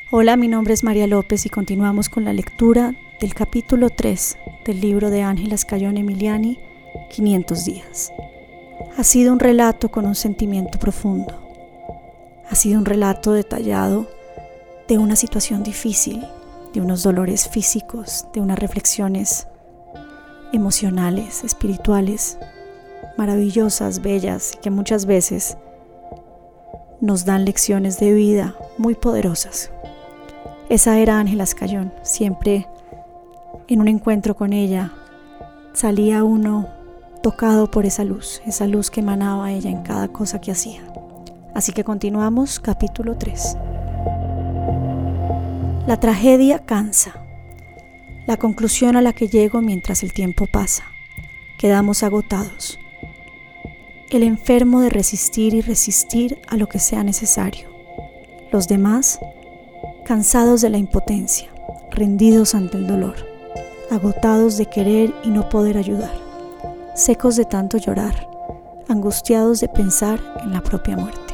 Hola, mi nombre es María López y continuamos con la lectura del capítulo 3 del libro de Ángela Ascayón Emiliani, 500 días. Ha sido un relato con un sentimiento profundo. Ha sido un relato detallado de una situación difícil, de unos dolores físicos, de unas reflexiones emocionales, espirituales, maravillosas, bellas, y que muchas veces nos dan lecciones de vida muy poderosas. Esa era Ángela Ascayón. Siempre en un encuentro con ella salía uno tocado por esa luz que emanaba ella en cada cosa que hacía. Así que continuamos, capítulo 3. La tragedia cansa. La conclusión a la que llego mientras el tiempo pasa. Quedamos agotados. El enfermo de resistir y resistir a lo que sea necesario. Los demás, cansados de la impotencia, rendidos ante el dolor, agotados de querer y no poder ayudar, secos de tanto llorar, angustiados de pensar en la propia muerte.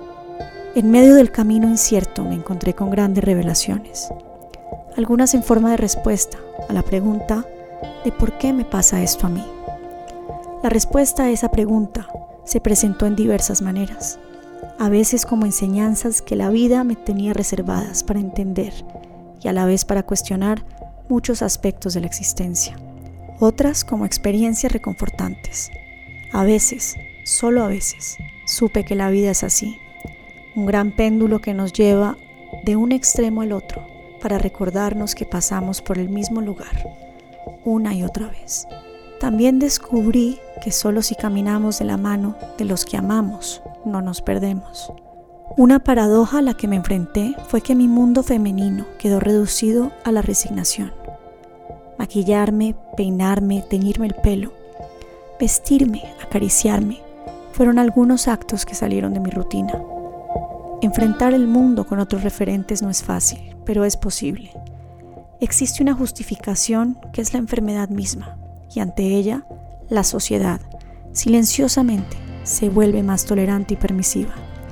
En medio del camino incierto me encontré con grandes revelaciones, algunas en forma de respuesta a la pregunta de ¿por qué me pasa esto a mí? La respuesta a esa pregunta se presentó en diversas maneras, a veces como enseñanzas que la vida me tenía reservadas para entender y a la vez para cuestionar muchos aspectos de la existencia, otras como experiencias reconfortantes. A veces, solo a veces, supe que la vida es así, un gran péndulo que nos lleva de un extremo al otro para recordarnos que pasamos por el mismo lugar, una y otra vez. También descubrí que solo si caminamos de la mano de los que amamos, no nos perdemos. Una paradoja a la que me enfrenté fue que mi mundo femenino quedó reducido a la resignación. Maquillarme, peinarme, teñirme el pelo, vestirme, acariciarme, fueron algunos actos que salieron de mi rutina. Enfrentar el mundo con otros referentes no es fácil, pero es posible. Existe una justificación que es la enfermedad misma, y ante ella, la sociedad, silenciosamente, se vuelve más tolerante y permisiva.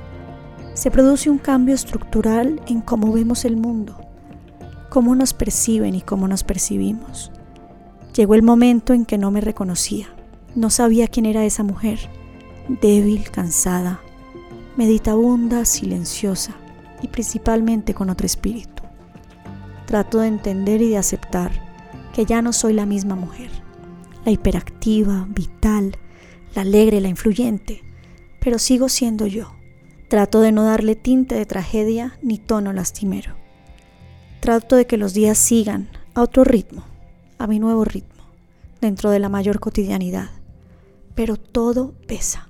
Se produce un cambio estructural en cómo vemos el mundo, cómo nos perciben y cómo nos percibimos. Llegó el momento en que no me reconocía, no sabía quién era esa mujer, débil, cansada, meditabunda, silenciosa y principalmente con otro espíritu. Trato de entender y de aceptar que ya no soy la misma mujer, la hiperactiva, vital, la alegre, la influyente, pero sigo siendo yo. Trato de no darle tinte de tragedia ni tono lastimero. Trato de que los días sigan a otro ritmo, a mi nuevo ritmo, dentro de la mayor cotidianidad. Pero todo pesa.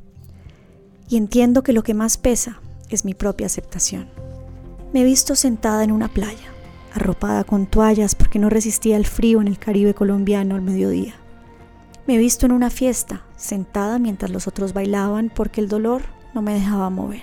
Y entiendo que lo que más pesa es mi propia aceptación. Me he visto sentada en una playa, arropada con toallas porque no resistía el frío en el Caribe colombiano al mediodía. Me he visto en una fiesta, sentada mientras los otros bailaban porque el dolor no me dejaba mover.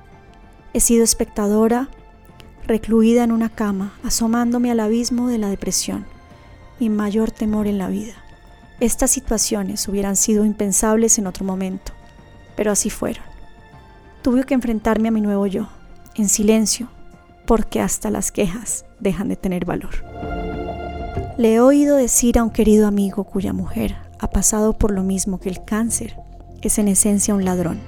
He sido espectadora, recluida en una cama, asomándome al abismo de la depresión, mi mayor temor en la vida. Estas situaciones hubieran sido impensables en otro momento, pero así fueron. Tuve que enfrentarme a mi nuevo yo, en silencio, porque hasta las quejas dejan de tener valor. Le he oído decir a un querido amigo cuya mujer ha pasado por lo mismo que el cáncer, es en esencia un ladrón.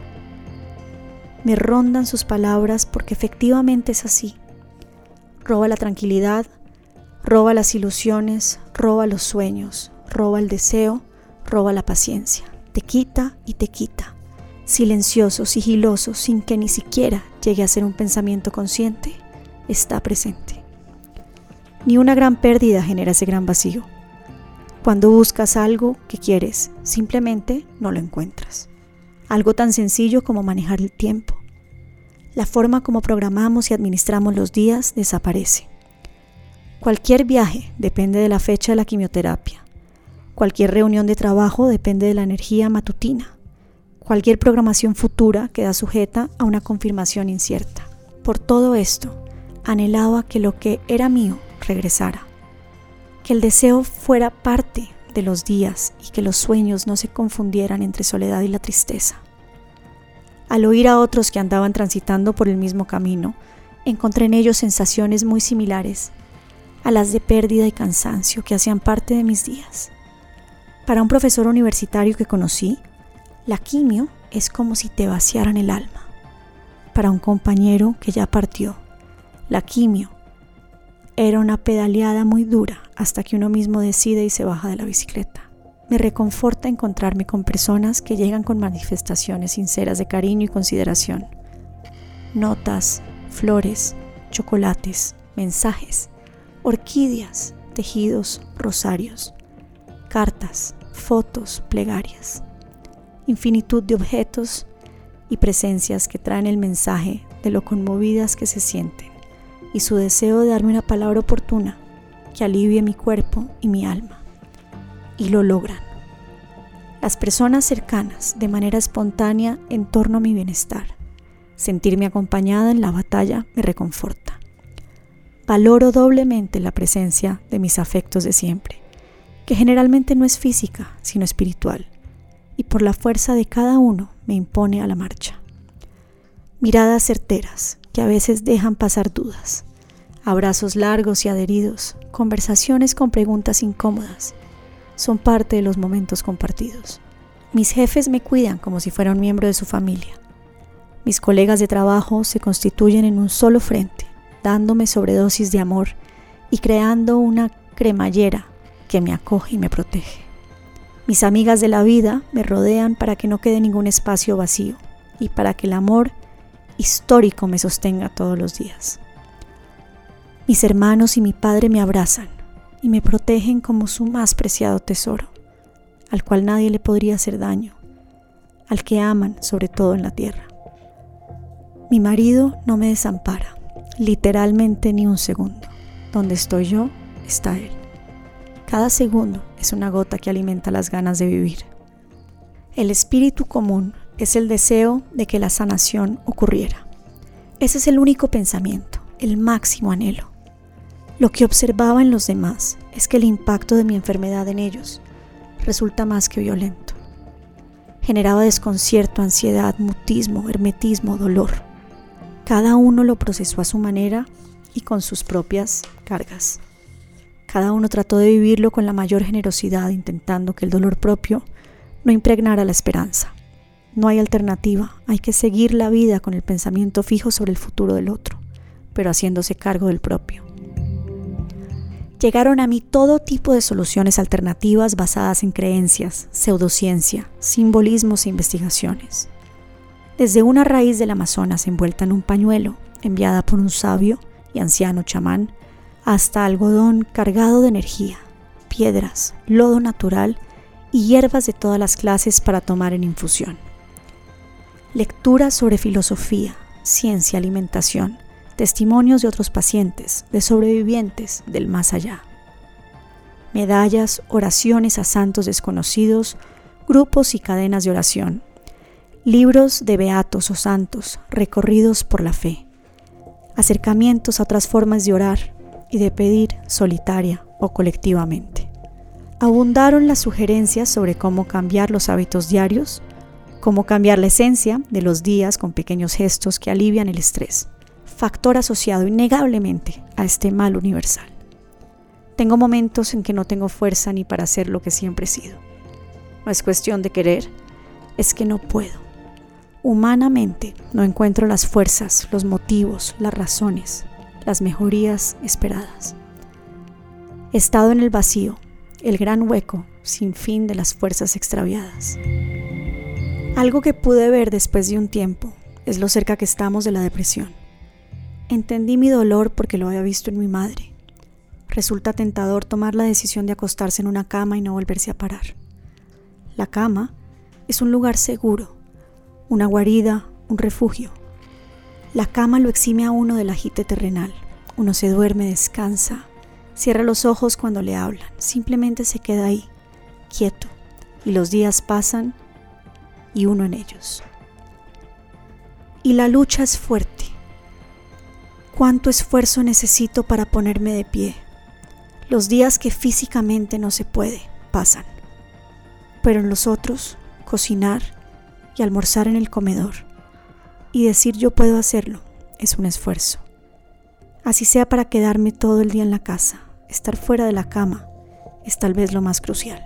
Me rondan sus palabras porque efectivamente es así. Roba la tranquilidad, roba las ilusiones, roba los sueños, roba el deseo, roba la paciencia. Te quita y te quita. Silencioso, sigiloso, sin que ni siquiera llegue a ser un pensamiento consciente, está presente. Ni una gran pérdida genera ese gran vacío. Cuando buscas algo que quieres, simplemente no lo encuentras. Algo tan sencillo como manejar el tiempo. La forma como programamos y administramos los días desaparece. Cualquier viaje depende de la fecha de la quimioterapia. Cualquier reunión de trabajo depende de la energía matutina. Cualquier programación futura queda sujeta a una confirmación incierta. Por todo esto, anhelaba que lo que era mío regresara. Que el deseo fuera parte de los días y que los sueños no se confundieran entre soledad y la tristeza. Al oír a otros que andaban transitando por el mismo camino, Encontré en ellos sensaciones muy similares a las de pérdida y cansancio que hacían parte de mis días. Para un profesor universitario que conocí, la quimio es como si te vaciaran el alma. Para un compañero que ya partió, la quimio era una pedaleada muy dura hasta que uno mismo decide y se baja de la bicicleta. Me reconforta encontrarme con personas que llegan con manifestaciones sinceras de cariño y consideración. Notas, flores, chocolates, mensajes, orquídeas, tejidos, rosarios, cartas, fotos, plegarias, infinitud de objetos y presencias que traen el mensaje de lo conmovidas que se sienten y su deseo de darme una palabra oportuna que alivie mi cuerpo y mi alma. Y lo logran. Las personas cercanas, de manera espontánea, en torno a mi bienestar. Sentirme acompañada en la batalla me reconforta. Valoro doblemente la presencia de mis afectos de siempre, que generalmente no es física, sino espiritual, y por la fuerza de cada uno me impone a la marcha. Miradas certeras, que a veces dejan pasar dudas, abrazos largos y adheridos, conversaciones con preguntas incómodas, son parte de los momentos compartidos. Mis jefes me cuidan como si fuera un miembro de su familia. Mis colegas de trabajo se constituyen en un solo frente, dándome sobredosis de amor y creando una cremallera que me acoge y me protege. Mis amigas de la vida me rodean para que no quede ningún espacio vacío y para que el amor histórico me sostenga todos los días. Mis hermanos y mi padre me abrazan y me protegen como su más preciado tesoro, al cual nadie le podría hacer daño, al que aman sobre todo en la tierra. Mi marido no me desampara, literalmente ni un segundo. Donde estoy yo, está él. Cada segundo es una gota que alimenta las ganas de vivir. El espíritu común es el deseo de que la sanación ocurriera. Ese es el único pensamiento, el máximo anhelo. Lo que observaba en los demás es que el impacto de mi enfermedad en ellos resulta más que violento. Generaba desconcierto, ansiedad, mutismo, hermetismo, dolor. Cada uno lo procesó a su manera y con sus propias cargas. Cada uno trató de vivirlo con la mayor generosidad, intentando que el dolor propio no impregnara la esperanza. No hay alternativa, hay que seguir la vida con el pensamiento fijo sobre el futuro del otro, pero haciéndose cargo del propio. Llegaron a mí todo tipo de soluciones alternativas basadas en creencias, pseudociencia, simbolismos e investigaciones. Desde una raíz del Amazonas envuelta en un pañuelo, enviada por un sabio y anciano chamán, hasta algodón cargado de energía, piedras, lodo natural y hierbas de todas las clases para tomar en infusión. Lecturas sobre filosofía, ciencia, alimentación, testimonios de otros pacientes, de sobrevivientes del más allá. Medallas, oraciones a santos desconocidos, grupos y cadenas de oración. Libros de beatos o santos, recorridos por la fe. Acercamientos a otras formas de orar y de pedir solitaria o colectivamente. Abundaron las sugerencias sobre cómo cambiar los hábitos diarios, cómo cambiar la esencia de los días con pequeños gestos que alivian el estrés, factor asociado innegablemente a este mal universal. Tengo momentos en que no tengo fuerza ni para hacer lo que siempre he sido. No es cuestión de querer, es que no puedo. Humanamente no encuentro las fuerzas, los motivos, las razones, las mejorías esperadas. He estado en el vacío, el gran hueco sin fin de las fuerzas extraviadas. Algo que pude ver después de un tiempo es lo cerca que estamos de la depresión. Entendí mi dolor porque lo había visto en mi madre. Resulta tentador tomar la decisión de acostarse en una cama y no volverse a parar. La cama es un lugar seguro, una guarida, un refugio. La cama lo exime a uno del agite terrenal. Uno se duerme, descansa, cierra los ojos cuando le hablan, simplemente se queda ahí, quieto, y los días pasan y uno en ellos. Y la lucha es fuerte. ¿Cuánto esfuerzo necesito para ponerme de pie? Los días que físicamente no se puede, pasan. Pero en los otros, cocinar y almorzar en el comedor y decir yo puedo hacerlo es un esfuerzo. Así sea para quedarme todo el día en la casa, estar fuera de la cama es tal vez lo más crucial.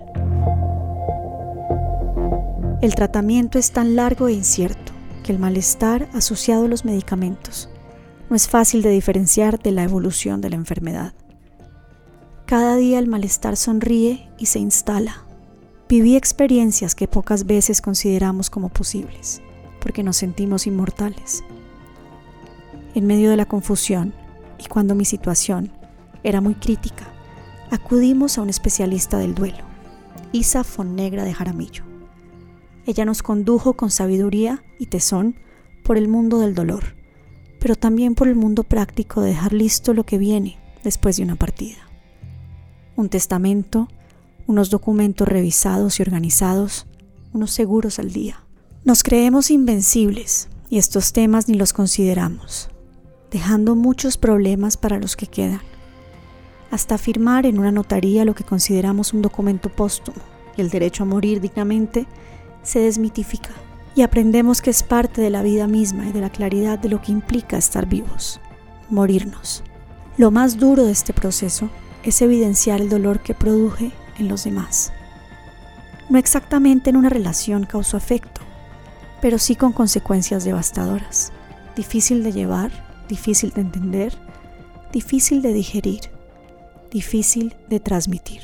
El tratamiento es tan largo e incierto que el malestar asociado a los medicamentos no es fácil de diferenciar de la evolución de la enfermedad. Cada día el malestar sonríe y se instala. Viví experiencias que pocas veces consideramos como posibles, porque nos sentimos inmortales. En medio de la confusión, y cuando mi situación era muy crítica, acudimos a un especialista del duelo, Isa Fonnegra de Jaramillo. Ella nos condujo con sabiduría y tesón por el mundo del dolor, pero también por el mundo práctico de dejar listo lo que viene después de una partida. Un testamento, unos documentos revisados y organizados, unos seguros al día. Nos creemos invencibles y estos temas ni los consideramos, dejando muchos problemas para los que quedan, hasta firmar en una notaría lo que consideramos un documento póstumo y el derecho a morir dignamente se desmitifica y aprendemos que es parte de la vida misma y de la claridad de lo que implica estar vivos, morirnos. Lo más duro de este proceso es evidenciar el dolor que produje en los demás. No exactamente en una relación causa-efecto, pero sí con consecuencias devastadoras, difícil de llevar, difícil de entender, difícil de digerir, difícil de transmitir.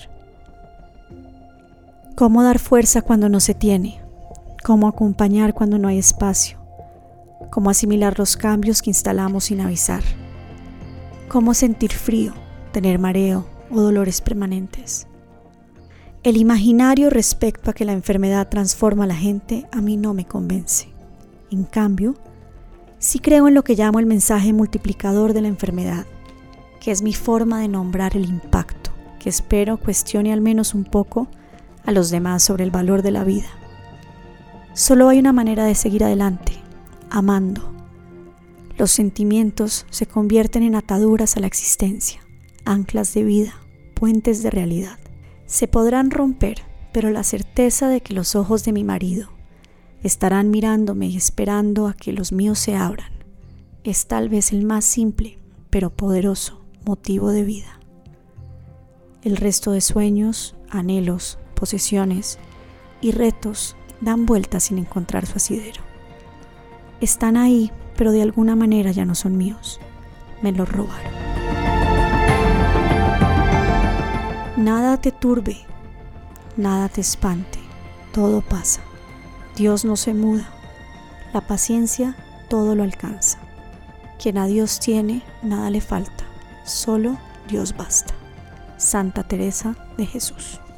¿Cómo dar fuerza cuando no se tiene? ¿Cómo acompañar cuando no hay espacio? ¿Cómo asimilar los cambios que instalamos sin avisar? ¿Cómo sentir frío, tener mareo o dolores permanentes? El imaginario respecto a que la enfermedad transforma a la gente a mí no me convence. En cambio, sí creo en lo que llamo el mensaje multiplicador de la enfermedad, que es mi forma de nombrar el impacto, que espero cuestione al menos un poco a los demás sobre el valor de la vida. Solo hay una manera de seguir adelante, amando. Los sentimientos se convierten en ataduras a la existencia, anclas de vida, puentes de realidad. Se podrán romper, pero la certeza de que los ojos de mi marido estarán mirándome y esperando a que los míos se abran es tal vez el más simple, pero poderoso motivo de vida. El resto de sueños, anhelos, posesiones y retos dan vueltas sin encontrar su asidero. Están ahí, pero de alguna manera ya no son míos. Me los robaron. Nada te turbe, nada te espante, todo pasa. Dios no se muda, la paciencia todo lo alcanza. Quien a Dios tiene, nada le falta, solo Dios basta. Santa Teresa de Jesús.